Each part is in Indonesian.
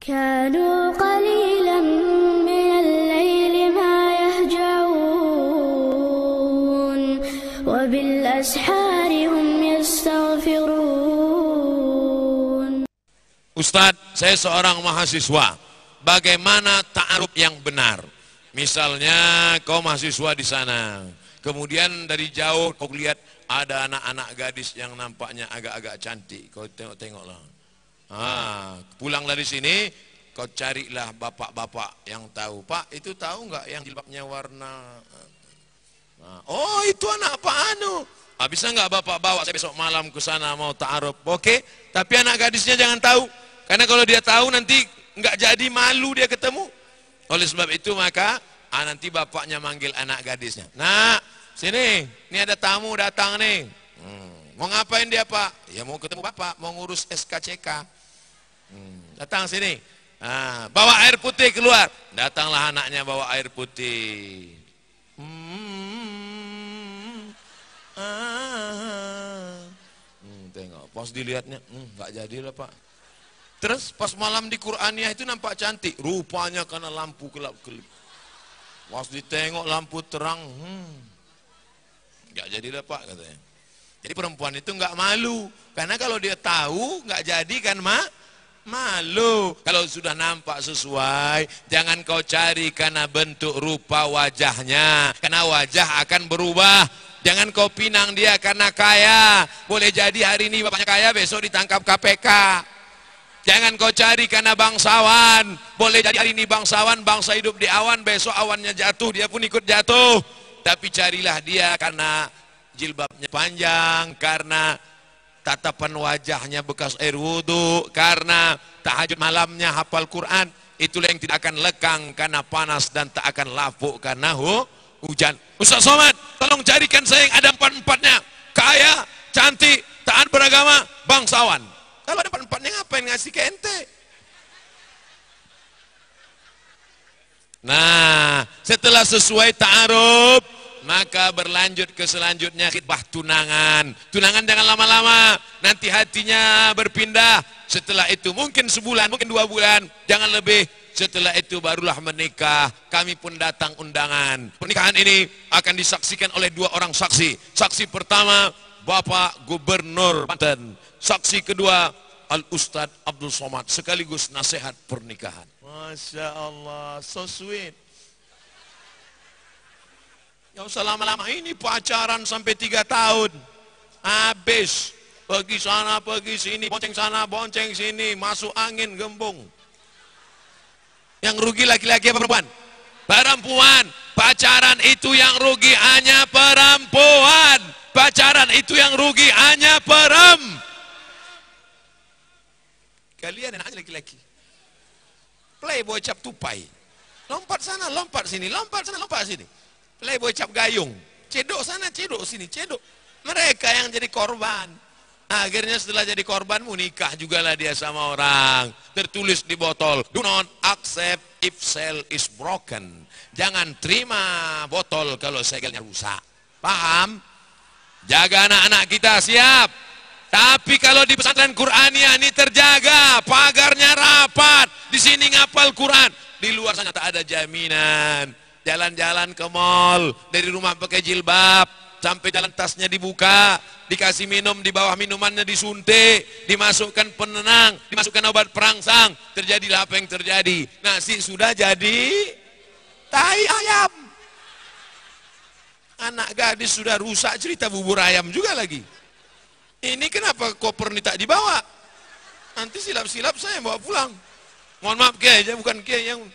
كانوا قليلا من الليل ما يهجعون وبالأسحار هم يستغفرون. Ustadz, saya seorang mahasiswa. Bagaimana ta'aruf yang benar? Misalnya kau mahasiswa di sana, kemudian dari jauh kau lihat ada anak-anak gadis yang nampaknya agak-agak cantik. Kau tengok-tengoklah. Pulang dari sini, kau carilah bapak-bapak yang tahu. Pak, itu tahu nggak yang jilbabnya warna? Oh, itu anak Pak Anu. Bisa nggak bapak bawa saya besok malam ke sana mau ta'aruf? Oke, tapi anak gadisnya jangan tahu. Karena kalau dia tahu nanti nggak jadi, malu dia ketemu. Oleh sebab itu maka nanti bapaknya manggil anak gadisnya. Nah, sini, ini ada tamu datang nih. Mau ngapain dia Pak? Ya mau ketemu bapak, mau ngurus SKCK. Datang sini. Bawa air putih keluar. Datanglah anaknya bawa air putih. Tengok, pas dilihatnya, nggak jadilah Pak. Terus pas malam di Qur'aniyah itu nampak cantik, rupanya karena lampu kelap-kelip. Pas ditengok lampu terang, nggak jadilah Pak katanya. Jadi perempuan itu nggak malu, karena kalau dia tahu nggak jadi kan malu. Kalau sudah nampak sesuai, jangan kau cari karena bentuk rupa wajahnya, karena wajah akan berubah. Jangan kau pinang dia karena kaya, boleh jadi hari ini bapaknya kaya, besok ditangkap KPK. Jangan kau cari karena bangsawan, boleh jadi hari ini bangsawan, bangsa hidup di awan, besok awannya jatuh, dia pun ikut jatuh. Tapi carilah dia karena jilbabnya panjang, karena tatapan wajahnya bekas air wudhu, karena tahajud malamnya hafal Quran. Itulah yang tidak akan lekang karena panas dan tak akan lapuk karena hujan. Ustaz Somad, tolong carikan saya yang ada empat-empatnya. Kaya, cantik, taat beragama, bangsawan. Kalau ada empat-empatnya ngapain ngasih ke ente? Nah, setelah sesuai ta'aruf, maka berlanjut ke selanjutnya khitbah tunangan. Tunangan jangan lama-lama, nanti hatinya berpindah. Setelah itu mungkin sebulan, mungkin 2 bulan, jangan lebih. Setelah itu barulah menikah. Kami pun datang undangan. Pernikahan ini akan disaksikan oleh 2 orang saksi. Saksi pertama Bapak Gubernur Banten. Saksi kedua Al-Ustadz Abdul Somad, sekaligus nasihat pernikahan. Masya Allah, so sweet. Gak usah lama-lama, ini pacaran sampai 3 tahun. Habis, pergi sana, pergi sini, bonceng sana, bonceng sini, masuk angin, gembung. Yang rugi laki-laki apa perempuan? Perempuan. Pacaran itu yang rugi hanya perempuan. Pacaran itu yang rugi hanya Kalian anak laki-laki. Playboy cap tupai. Lompat sana, lompat sini, lompat sana, lompat sini. Playboy cap gayung, cedok sana, cedok sini, cedok. Mereka yang jadi korban. Akhirnya setelah jadi korban, menikah juga lah dia sama orang. Tertulis di botol, do not accept if cell is broken. Jangan terima botol kalau segelnya rusak. Paham? Jaga anak-anak kita, siap. Tapi kalau di pesantren Qur'aniyah ini terjaga, pagarnya rapat, di sini ngapal Quran, di luar sana tak ada jaminan. Jalan-jalan ke mall, dari rumah pakai jilbab, sampai jalan tasnya dibuka, dikasih minum, di bawah minumannya disuntik, dimasukkan penenang, dimasukkan obat perangsang, terjadilah apa yang terjadi. Nasi sudah jadi tai ayam. Anak gadis sudah rusak, cerita bubur ayam juga lagi. Ini kenapa koper ini tak dibawa? Nanti silap-silap saya bawa pulang. Mohon maaf Kiai, bukan Kiai yang...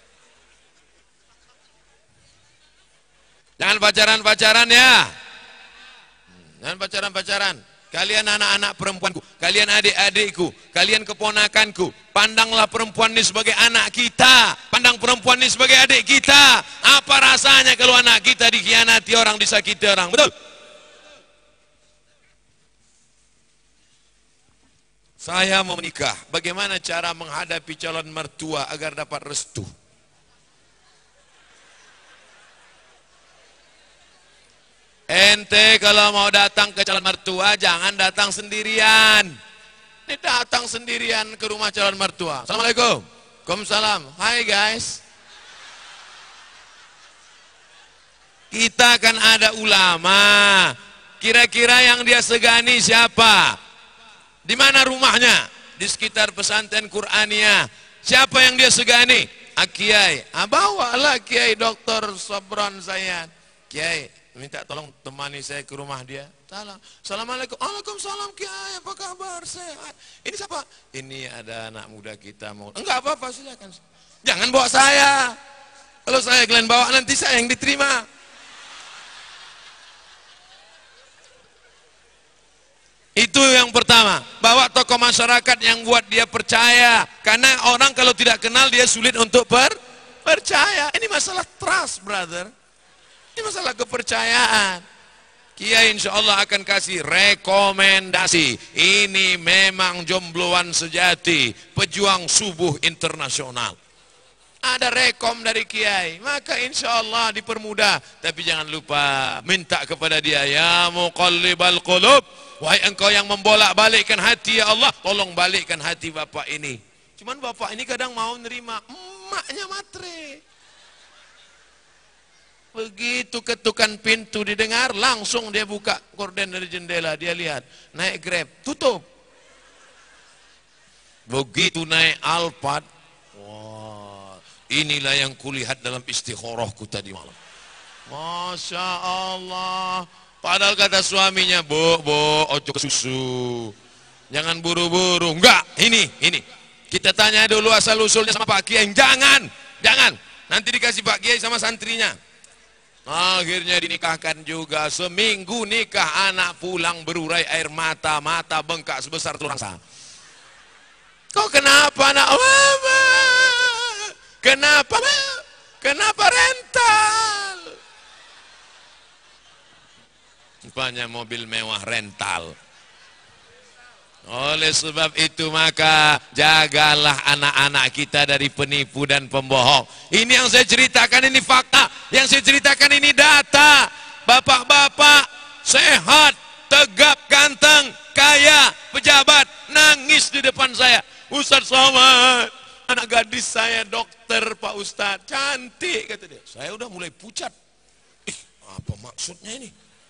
Jangan pacaran-pacaran ya. Jangan pacaran-pacaran. Kalian anak-anak perempuanku, kalian adik-adikku, kalian keponakanku, pandanglah perempuan ini sebagai anak kita, pandang perempuan ini sebagai adik kita. Apa rasanya kalau anak kita dikhianati orang, disakiti orang? Betul? Saya mau menikah, bagaimana cara menghadapi calon mertua agar dapat restu? Ente kalau mau datang ke calon mertua, jangan datang sendirian. Ini datang sendirian ke rumah calon mertua. Assalamualaikum. Waalaikumsalam. Hai guys. Kita kan ada ulama. Kira-kira yang dia segani siapa? Di mana rumahnya? Di sekitar pesantren Qur'aniyah. Siapa yang dia segani? Kiai. Bawalah Kiai Dr. Sabran Zayan. Kiai, minta tolong temani saya ke rumah dia. Salam. Assalamualaikum. Waalaikumsalam Kiai, apa kabar? Sehat. Ini siapa? Ini ada anak muda kita mau. Enggak apa-apa, silakan. Jangan bawa saya. Kalau saya kalian bawa nanti saya yang diterima. Itu yang pertama, bawa tokoh masyarakat yang buat dia percaya. Karena orang kalau tidak kenal dia sulit untuk percaya. Ini masalah trust, brother. Ini masalah kepercayaan. Kiai insya Allah akan kasih rekomendasi. Ini memang jombloan sejati, pejuang subuh internasional. Ada rekom dari Kiai, maka insya Allah dipermudah. Tapi jangan lupa minta kepada dia, ya muqallibal qulub, wahai engkau yang membolak-balikkan hati ya Allah, tolong balikkan hati bapak ini. Cuman bapak ini kadang mau nerima, emaknya matre. Begitu ketukan pintu didengar, langsung dia buka gorden dari jendela, dia lihat, naik Grab, tutup. Begitu naik Alphard, wah, inilah yang kulihat dalam istikharahku tadi malam. Masya Allah. Padahal kata suaminya, bu, ojo ke susu, jangan buru-buru. Enggak, ini. Kita tanya dulu asal usulnya sama Pak Kiai. Jangan. Nanti dikasih Pak Kiai sama santrinya. Akhirnya dinikahkan juga. Seminggu nikah, anak pulang berurai air mata, mata bengkak sebesar tulang sa. Kok kenapa nak? Kenapa rental? Rupanya mobil mewah rental. Oleh sebab itu maka jagalah anak-anak kita dari penipu dan pembohong. Ini yang saya ceritakan, ini fakta. Yang saya ceritakan ini data. Bapak-bapak sehat, tegap, ganteng, kaya, pejabat, nangis di depan saya. Ustadz Somad, anak gadis saya dokter Pak Ustadz, cantik kata dia. Saya udah mulai pucat. Apa maksudnya ini?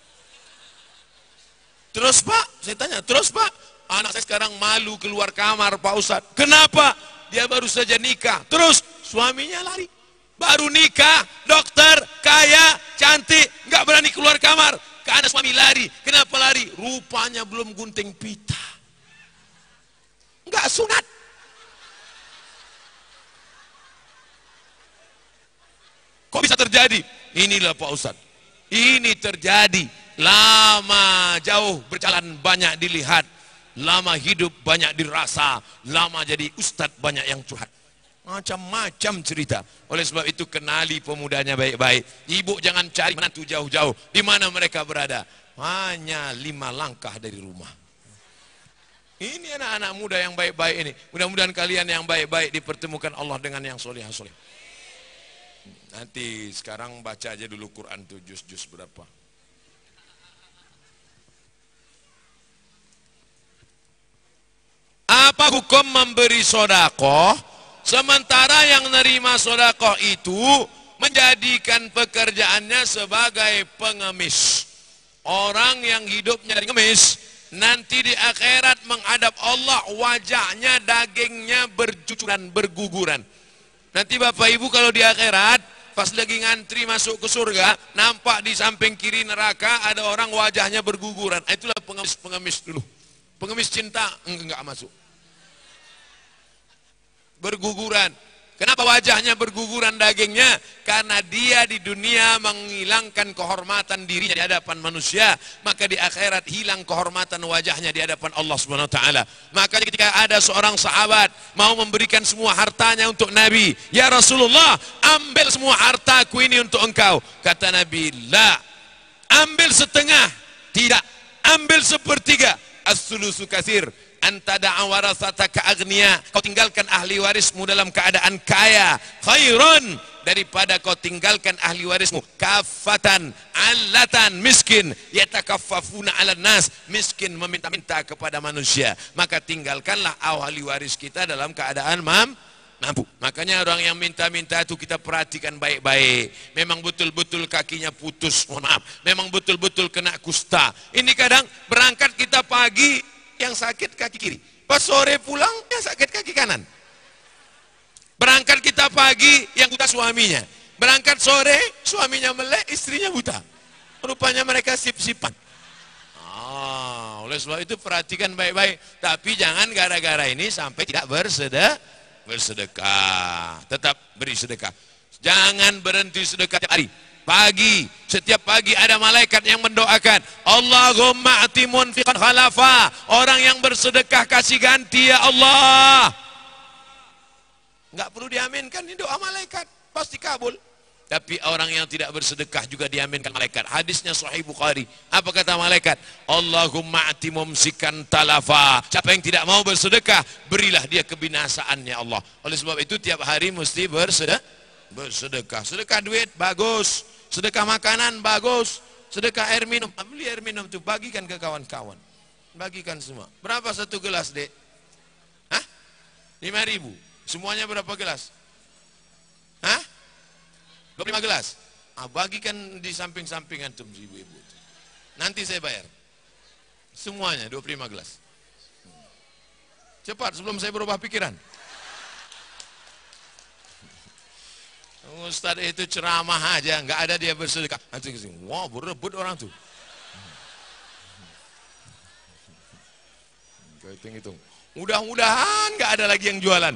Terus Pak, saya tanya, terus Pak, anak saya sekarang malu keluar kamar Pak Ustadz. Kenapa? Dia baru saja nikah. Terus suaminya lari. Baru nikah, dokter, kaya, cantik, nggak berani keluar kamar. Karena suami lari. Kenapa lari? Rupanya belum gunting pita. Nggak sunat. Kok bisa terjadi? Inilah Pak Ustadz. Ini terjadi. Lama jauh berjalan banyak dilihat. Lama hidup banyak dirasa, lama jadi ustadz banyak yang curhat. Macam-macam cerita. Oleh sebab itu kenali pemudanya baik-baik. Ibu jangan cari menantu jauh-jauh. Di mana mereka berada? Hanya 5 langkah dari rumah. Ini anak-anak muda yang baik-baik ini. Mudah-mudahan kalian yang baik-baik dipertemukan Allah dengan yang soleh-soleh. Nanti sekarang baca aja dulu Quran tuh juz-juz berapa. Apa hukum memberi sodakoh sementara yang nerima sodakoh itu menjadikan pekerjaannya sebagai pengemis? Orang yang hidupnya dari ngemis nanti di akhirat menghadap Allah, wajahnya, dagingnya bercucuran, berguguran. Nanti Bapak Ibu kalau di akhirat pas lagi ngantri masuk ke surga, nampak di samping kiri neraka ada orang wajahnya berguguran. Itulah pengemis dulu. Pengemis cinta enggak masuk. Berguguran. Kenapa wajahnya berguguran dagingnya? Karena dia di dunia menghilangkan kehormatan dirinya di hadapan manusia, maka di akhirat hilang kehormatan wajahnya di hadapan Allah Subhanahu wa taala. Maka ketika ada seorang sahabat mau memberikan semua hartanya untuk Nabi, "Ya Rasulullah, ambil semua hartaku ini untuk engkau." Kata Nabi, "La." Ambil setengah. Tidak. Ambil sepertiga. As-sulusu katsir, anta da'a warasataka aghnia, kau tinggalkan ahli warismu dalam keadaan kaya, khairan daripada kau tinggalkan ahli warismu kafatan allatan, miskin, yatakaffafuna 'alan nas, miskin meminta-minta kepada manusia. Maka tinggalkanlah ahli waris kita dalam keadaan mampu. Makanya orang yang minta-minta itu kita perhatikan baik-baik. Memang betul-betul kakinya putus, mohon maaf. Memang betul-betul kena kusta. Ini kadang berangkat kita pagi yang sakit kaki kiri. Pas sore pulang yang sakit kaki kanan. Berangkat kita pagi yang buta suaminya. Berangkat sore suaminya melek, istrinya buta. Rupanya mereka sip-sipan. Oleh sebab itu perhatikan baik-baik. Tapi jangan gara-gara ini sampai tidak bersedekah. Tetap beri sedekah. Jangan berhenti sedekah tiap hari. Pagi, setiap pagi ada malaikat yang mendoakan, Allahumma ati munfiqan khalafa. Orang yang bersedekah kasih ganti ya Allah. Enggak perlu diaminkan, ini doa malaikat, pasti kabul. Tapi orang yang tidak bersedekah juga diaminkan malaikat. Hadisnya Sahih Bukhari. Apa kata malaikat? Allahumma ati mumsikan talafa. Siapa yang tidak mau bersedekah, berilah dia kebinasaannya Allah. Oleh sebab itu tiap hari mesti bersedekah. Sedekah duit bagus, sedekah makanan bagus, sedekah air minum. Beli air minum itu bagikan ke kawan-kawan. Bagikan semua. Berapa satu gelas, Dek? Hah? 5.000. Semuanya berapa gelas? Hah? 25 gelas. Bagikan di samping-samping antum ibu-ibu. Nanti saya bayar. Semuanya 25 gelas. Cepat sebelum saya berubah pikiran. Ustaz itu ceramah aja, nggak ada dia bersedekah. Nanti kesini, wah berebut orang tuh. Hitung-hitung. Mudah-mudahan nggak ada lagi yang jualan.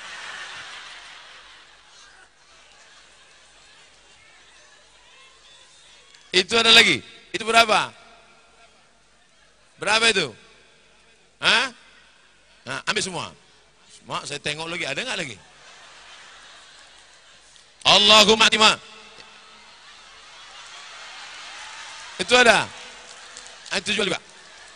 Itu ada lagi. Itu berapa? Berapa itu? Hah? Nah, ambil semua. Semua saya tengok lagi, ada nggak lagi? Allahumma atima. Itu ada. Itu jual juga.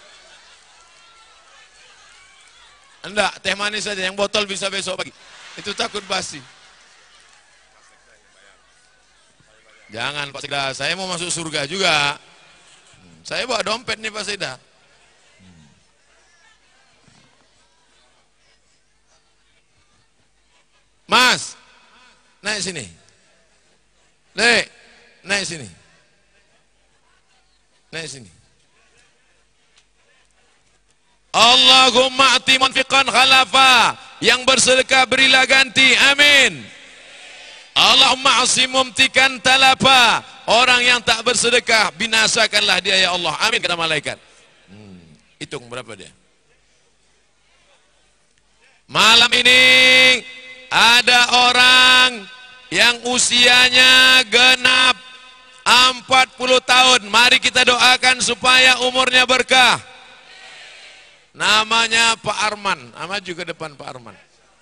Enggak, teh manis saja, yang botol bisa besok pagi. Itu takut basi. Jangan Pak Sekda, saya mau masuk surga juga. Saya bawa dompet nih Pak Sekda. Mas, naik sini. Dek, naik sini. Naik sini. Allahumma ati munfiqan khalafa. Yang bersedekah berilah ganti. Amin. Allahumma asim mumtikan talafa. Orang yang tak bersedekah binasakanlah dia ya Allah. Amin kata malaikat. Hitung berapa dia. Malam ini ada orang yang usianya genap 40 tahun. Mari kita doakan supaya umurnya berkah. Namanya Pak Arman. Nama juga depan Pak Arman.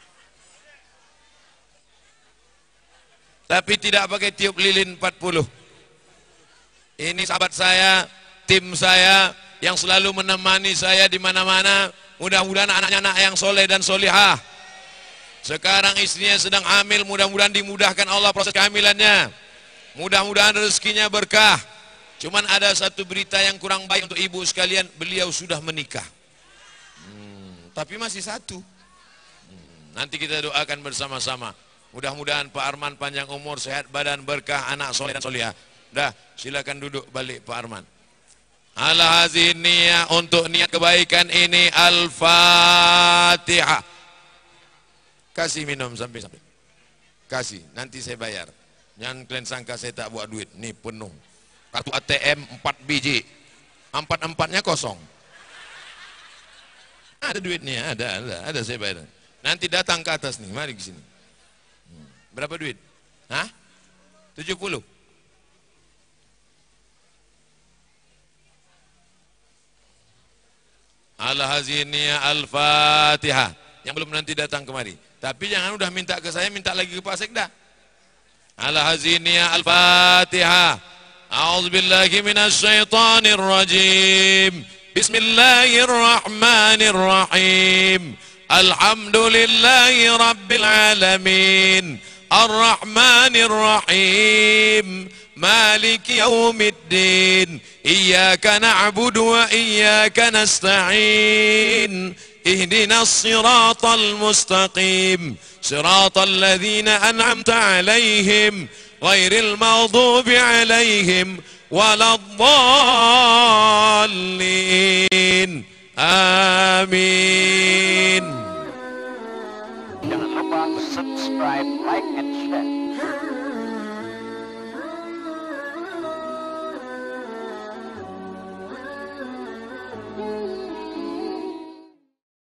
Tapi tidak pakai tiup lilin 40. Ini sahabat saya, tim saya yang selalu menemani saya di mana-mana. Mudah-mudahan anaknya anak yang soleh dan solihah. Sekarang istrinya sedang hamil, mudah-mudahan dimudahkan Allah proses kehamilannya. Mudah-mudahan rezekinya berkah. Cuman ada satu berita yang kurang baik untuk ibu sekalian, beliau sudah menikah. Tapi masih satu. Nanti kita doakan bersama-sama. Mudah-mudahan Pak Arman panjang umur, sehat badan, berkah, anak soleh dan solihah. Dah, silakan duduk balik Pak Arman. Ala haziniyah, untuk niat kebaikan ini Al-Fatihah. Kasih minum sampai-sampai. Kasih, nanti saya bayar. Jangan kalian sangka saya tak buat duit. Nih penuh. Kartu ATM 4 biji. 4-4-nya kosong. Ada duitnya, ada saya bayar. Nanti datang ke atas nih, mari ke sini. Berapa duit? Hah? 70. Al-Haziniyah Al-Fatihah. Yang belum nanti datang kemari. Tapi jangan udah minta ke saya, minta lagi ke Pak Sekda. Al-Haziniyah Al-Fatihah. A'udzubillahi minasyaitonir rajim. Bismillahirrahmanirrahim. Alhamdulillahi rabbil alamin. Ar-Rahmanir Rahim. Maliki yaumiddin. Iyyaka na'budu wa iyyaka nasta'in. اهدنا الصراط المستقيم صراط الذين أنعمت عليهم غير المغضوب عليهم ولا الضالين آمين. Jangan lupa subscribe, like, and share.